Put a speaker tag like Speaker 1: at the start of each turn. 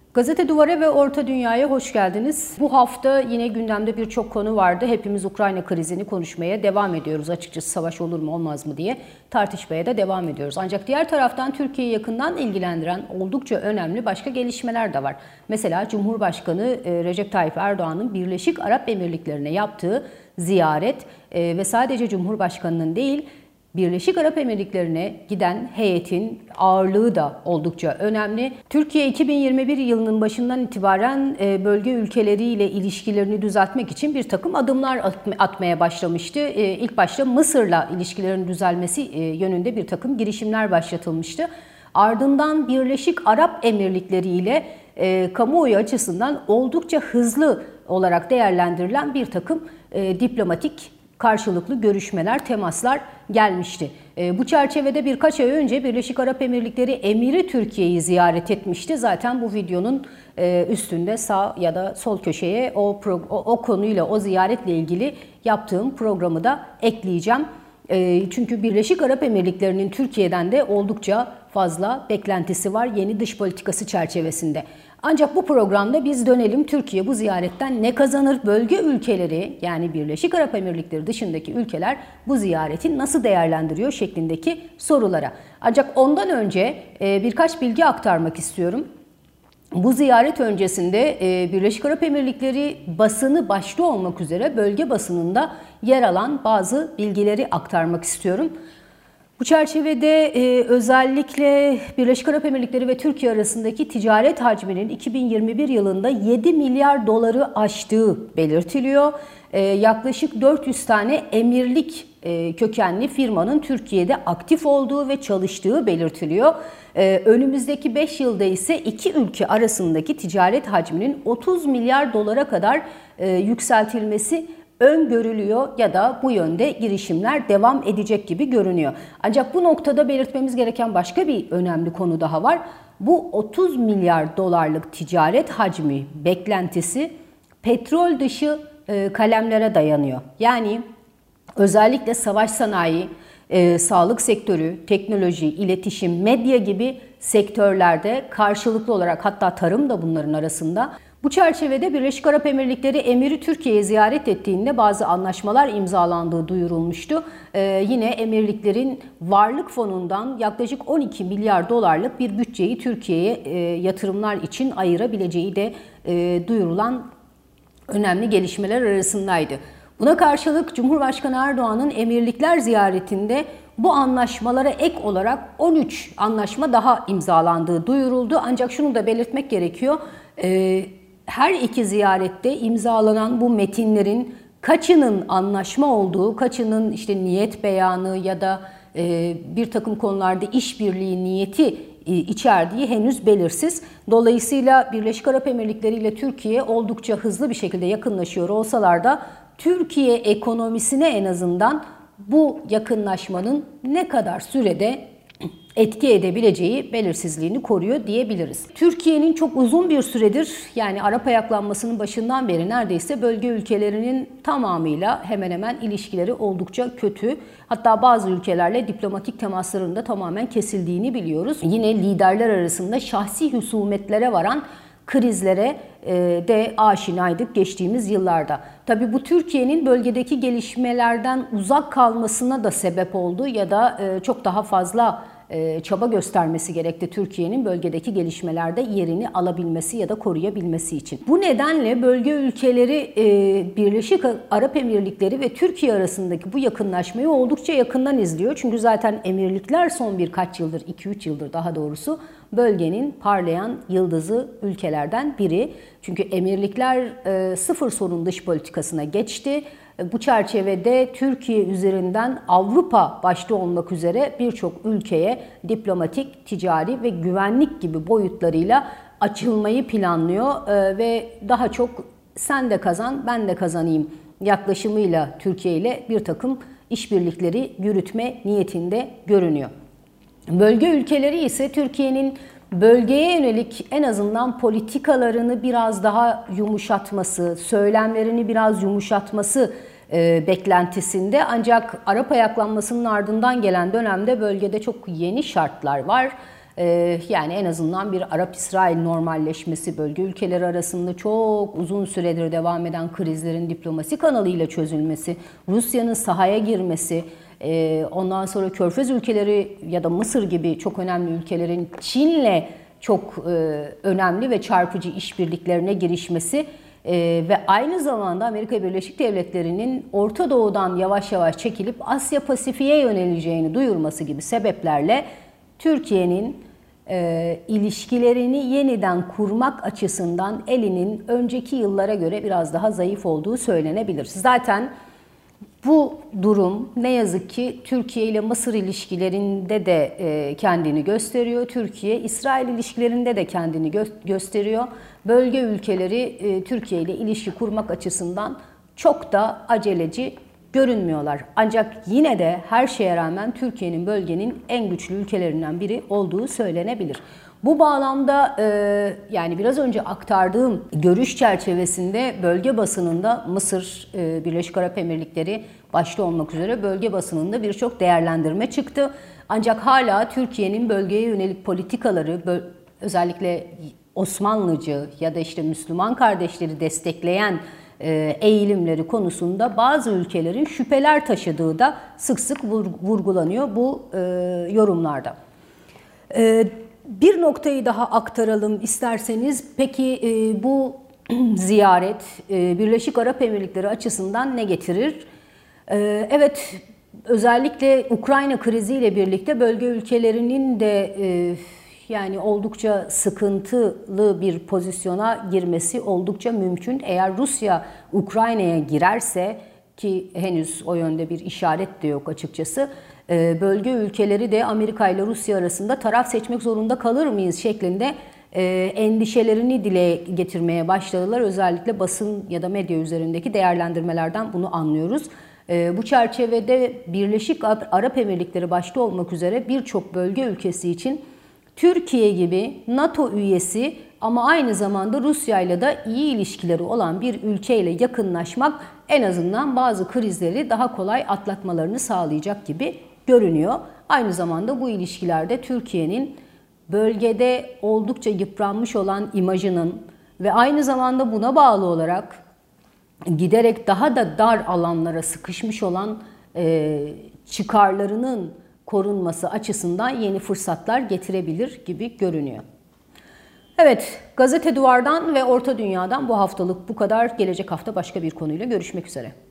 Speaker 1: Gazete Duvar'a ve Orta Dünya'ya hoş geldiniz. Bu hafta yine gündemde birçok konu vardı. Hepimiz Ukrayna krizini konuşmaya devam ediyoruz. Açıkçası savaş olur mu olmaz mı diye tartışmaya da devam ediyoruz. Ancak diğer taraftan Türkiye'yi yakından ilgilendiren oldukça önemli başka gelişmeler de var. Mesela Cumhurbaşkanı Recep Tayyip Erdoğan'ın Birleşik Arap Emirlikleri'ne yaptığı ziyaret ve sadece Cumhurbaşkanı'nın değil, Birleşik Arap Emirlikleri'ne giden heyetin ağırlığı da oldukça önemli. Türkiye 2021 yılının başından itibaren bölge ülkeleriyle ilişkilerini düzeltmek için bir takım adımlar atmaya başlamıştı. İlk başta Mısır'la ilişkilerin düzelmesi yönünde bir takım girişimler başlatılmıştı. Ardından Birleşik Arap Emirlikleri ile kamuoyu açısından oldukça hızlı olarak değerlendirilen bir takım diplomatik karşılıklı görüşmeler, temaslar gelmişti. Bu çerçevede birkaç ay önce Birleşik Arap Emirlikleri Emiri Türkiye'yi ziyaret etmişti. Zaten bu videonun üstünde sağ ya da sol köşeye o konuyla, o ziyaretle ilgili yaptığım programı da ekleyeceğim. Çünkü Birleşik Arap Emirlikleri'nin Türkiye'den de oldukça fazla beklentisi var yeni dış politikası çerçevesinde. Ancak bu programda biz dönelim Türkiye bu ziyaretten ne kazanır? Bölge ülkeleri yani Birleşik Arap Emirlikleri dışındaki ülkeler bu ziyareti nasıl değerlendiriyor şeklindeki sorulara. Ancak ondan önce birkaç bilgi aktarmak istiyorum. Bu ziyaret öncesinde Birleşik Arap Emirlikleri basını başta olmak üzere bölge basınında yer alan bazı bilgileri aktarmak istiyorum. Bu çerçevede özellikle Birleşik Arap Emirlikleri ve Türkiye arasındaki ticaret hacminin 2021 yılında 7 milyar doları aştığı belirtiliyor. Yaklaşık 400 tane emirlik kökenli firmanın Türkiye'de aktif olduğu ve çalıştığı belirtiliyor. Önümüzdeki 5 yılda ise iki ülke arasındaki ticaret hacminin 30 milyar dolara kadar yükseltilmesi öngörülüyor ya da bu yönde girişimler devam edecek gibi görünüyor. Ancak bu noktada belirtmemiz gereken başka bir önemli konu daha var. Bu 30 milyar dolarlık ticaret hacmi beklentisi petrol dışı kalemlere dayanıyor. Yani özellikle savaş sanayi, sağlık sektörü, teknoloji, iletişim, medya gibi sektörlerde karşılıklı olarak hatta tarım da bunların arasında. Bu çerçevede Birleşik Arap Emirlikleri Emiri Türkiye'yi ziyaret ettiğinde bazı anlaşmalar imzalandığı duyurulmuştu. Yine emirliklerin varlık fonundan yaklaşık 12 milyar dolarlık bir bütçeyi Türkiye'ye yatırımlar için ayırabileceği de duyurulan önemli gelişmeler arasındaydı. Buna karşılık Cumhurbaşkanı Erdoğan'ın emirlikler ziyaretinde bu anlaşmalara ek olarak 13 anlaşma daha imzalandığı duyuruldu. Ancak şunu da belirtmek gerekiyor. Her iki ziyarette imzalanan bu metinlerin kaçının anlaşma olduğu, kaçının işte niyet beyanı ya da bir takım konularda işbirliği niyeti içerdiği henüz belirsiz. Dolayısıyla Birleşik Arap Emirlikleri ile Türkiye oldukça hızlı bir şekilde yakınlaşıyor olsalar da Türkiye ekonomisine en azından bu yakınlaşmanın ne kadar sürede etki edebileceği belirsizliğini koruyor diyebiliriz. Türkiye'nin çok uzun bir süredir yani Arap ayaklanmasının başından beri neredeyse bölge ülkelerinin tamamıyla hemen hemen ilişkileri oldukça kötü. Hatta bazı ülkelerle diplomatik temasların da tamamen kesildiğini biliyoruz. Yine liderler arasında şahsi husumetlere varan krizlere de aşinaydık geçtiğimiz yıllarda. Tabii bu Türkiye'nin bölgedeki gelişmelerden uzak kalmasına da sebep oldu ya da çok daha fazla çaba göstermesi gerekti Türkiye'nin bölgedeki gelişmelerde yerini alabilmesi ya da koruyabilmesi için. Bu nedenle bölge ülkeleri Birleşik Arap Emirlikleri ve Türkiye arasındaki bu yakınlaşmayı oldukça yakından izliyor. Çünkü zaten emirlikler son birkaç yıldır, 2-3 yıldır daha doğrusu bölgenin parlayan yıldızı ülkelerden biri. Çünkü emirlikler sıfır sorun dış politikasına geçti. Bu çerçevede Türkiye üzerinden Avrupa başta olmak üzere birçok ülkeye diplomatik, ticari ve güvenlik gibi boyutlarıyla açılmayı planlıyor ve daha çok sen de kazan, ben de kazanayım yaklaşımıyla Türkiye ile bir takım işbirlikleri yürütme niyetinde görünüyor. Bölge ülkeleri ise Türkiye'nin bölgeye yönelik en azından politikalarını biraz daha yumuşatması, söylemlerini biraz yumuşatması beklentisinde. Ancak Arap ayaklanmasının ardından gelen dönemde bölgede çok yeni şartlar var. Yani en azından bir Arap-İsrail normalleşmesi, bölge ülkeleri arasında çok uzun süredir devam eden krizlerin diplomasi kanalıyla çözülmesi, Rusya'nın sahaya girmesi, ondan sonra Körfez ülkeleri ya da Mısır gibi çok önemli ülkelerin Çin'le çok önemli ve çarpıcı işbirliklerine girişmesi ve aynı zamanda Amerika Birleşik Devletleri'nin Orta Doğu'dan yavaş yavaş çekilip Asya Pasifik'e yöneleceğini duyurması gibi sebeplerle Türkiye'nin ilişkilerini yeniden kurmak açısından elinin önceki yıllara göre biraz daha zayıf olduğu söylenebilir. Zaten bu durum ne yazık ki Türkiye ile Mısır ilişkilerinde de kendini gösteriyor. Türkiye-İsrail ilişkilerinde de kendini gösteriyor. Bölge ülkeleri Türkiye ile ilişki kurmak açısından çok da aceleci görünmüyorlar. Ancak yine de her şeye rağmen Türkiye'nin bölgenin en güçlü ülkelerinden biri olduğu söylenebilir. Bu bağlamda yani biraz önce aktardığım görüş çerçevesinde bölge basınında Mısır, Birleşik Arap Emirlikleri başta olmak üzere bölge basınında birçok değerlendirme çıktı. Ancak hala Türkiye'nin bölgeye yönelik politikaları özellikle Osmanlıcı ya da işte Müslüman kardeşleri destekleyen eğilimleri konusunda bazı ülkelerin şüpheler taşıdığı da sık sık vurgulanıyor bu yorumlarda. Bir noktayı daha aktaralım isterseniz. Peki bu ziyaret Birleşik Arap Emirlikleri açısından ne getirir? Evet, özellikle Ukrayna kriziyle birlikte bölge ülkelerinin de yani oldukça sıkıntılı bir pozisyona girmesi oldukça mümkün. Eğer Rusya Ukrayna'ya girerse, ki henüz o yönde bir işaret de yok açıkçası, bölge ülkeleri de Amerika ile Rusya arasında taraf seçmek zorunda kalır mıyız şeklinde endişelerini dile getirmeye başladılar. Özellikle basın ya da medya üzerindeki değerlendirmelerden bunu anlıyoruz. Bu çerçevede Birleşik Arap Emirlikleri başta olmak üzere birçok bölge ülkesi için Türkiye gibi NATO üyesi ama aynı zamanda Rusya ile de iyi ilişkileri olan bir ülkeyle yakınlaşmak en azından bazı krizleri daha kolay atlatmalarını sağlayacak gibi görünüyor. Aynı zamanda bu ilişkilerde Türkiye'nin bölgede oldukça yıpranmış olan imajının ve aynı zamanda buna bağlı olarak giderek daha da dar alanlara sıkışmış olan çıkarlarının korunması açısından yeni fırsatlar getirebilir gibi görünüyor. Evet, Gazete Duvar'dan ve Orta Dünya'dan bu haftalık bu kadar. Gelecek hafta başka bir konuyla görüşmek üzere.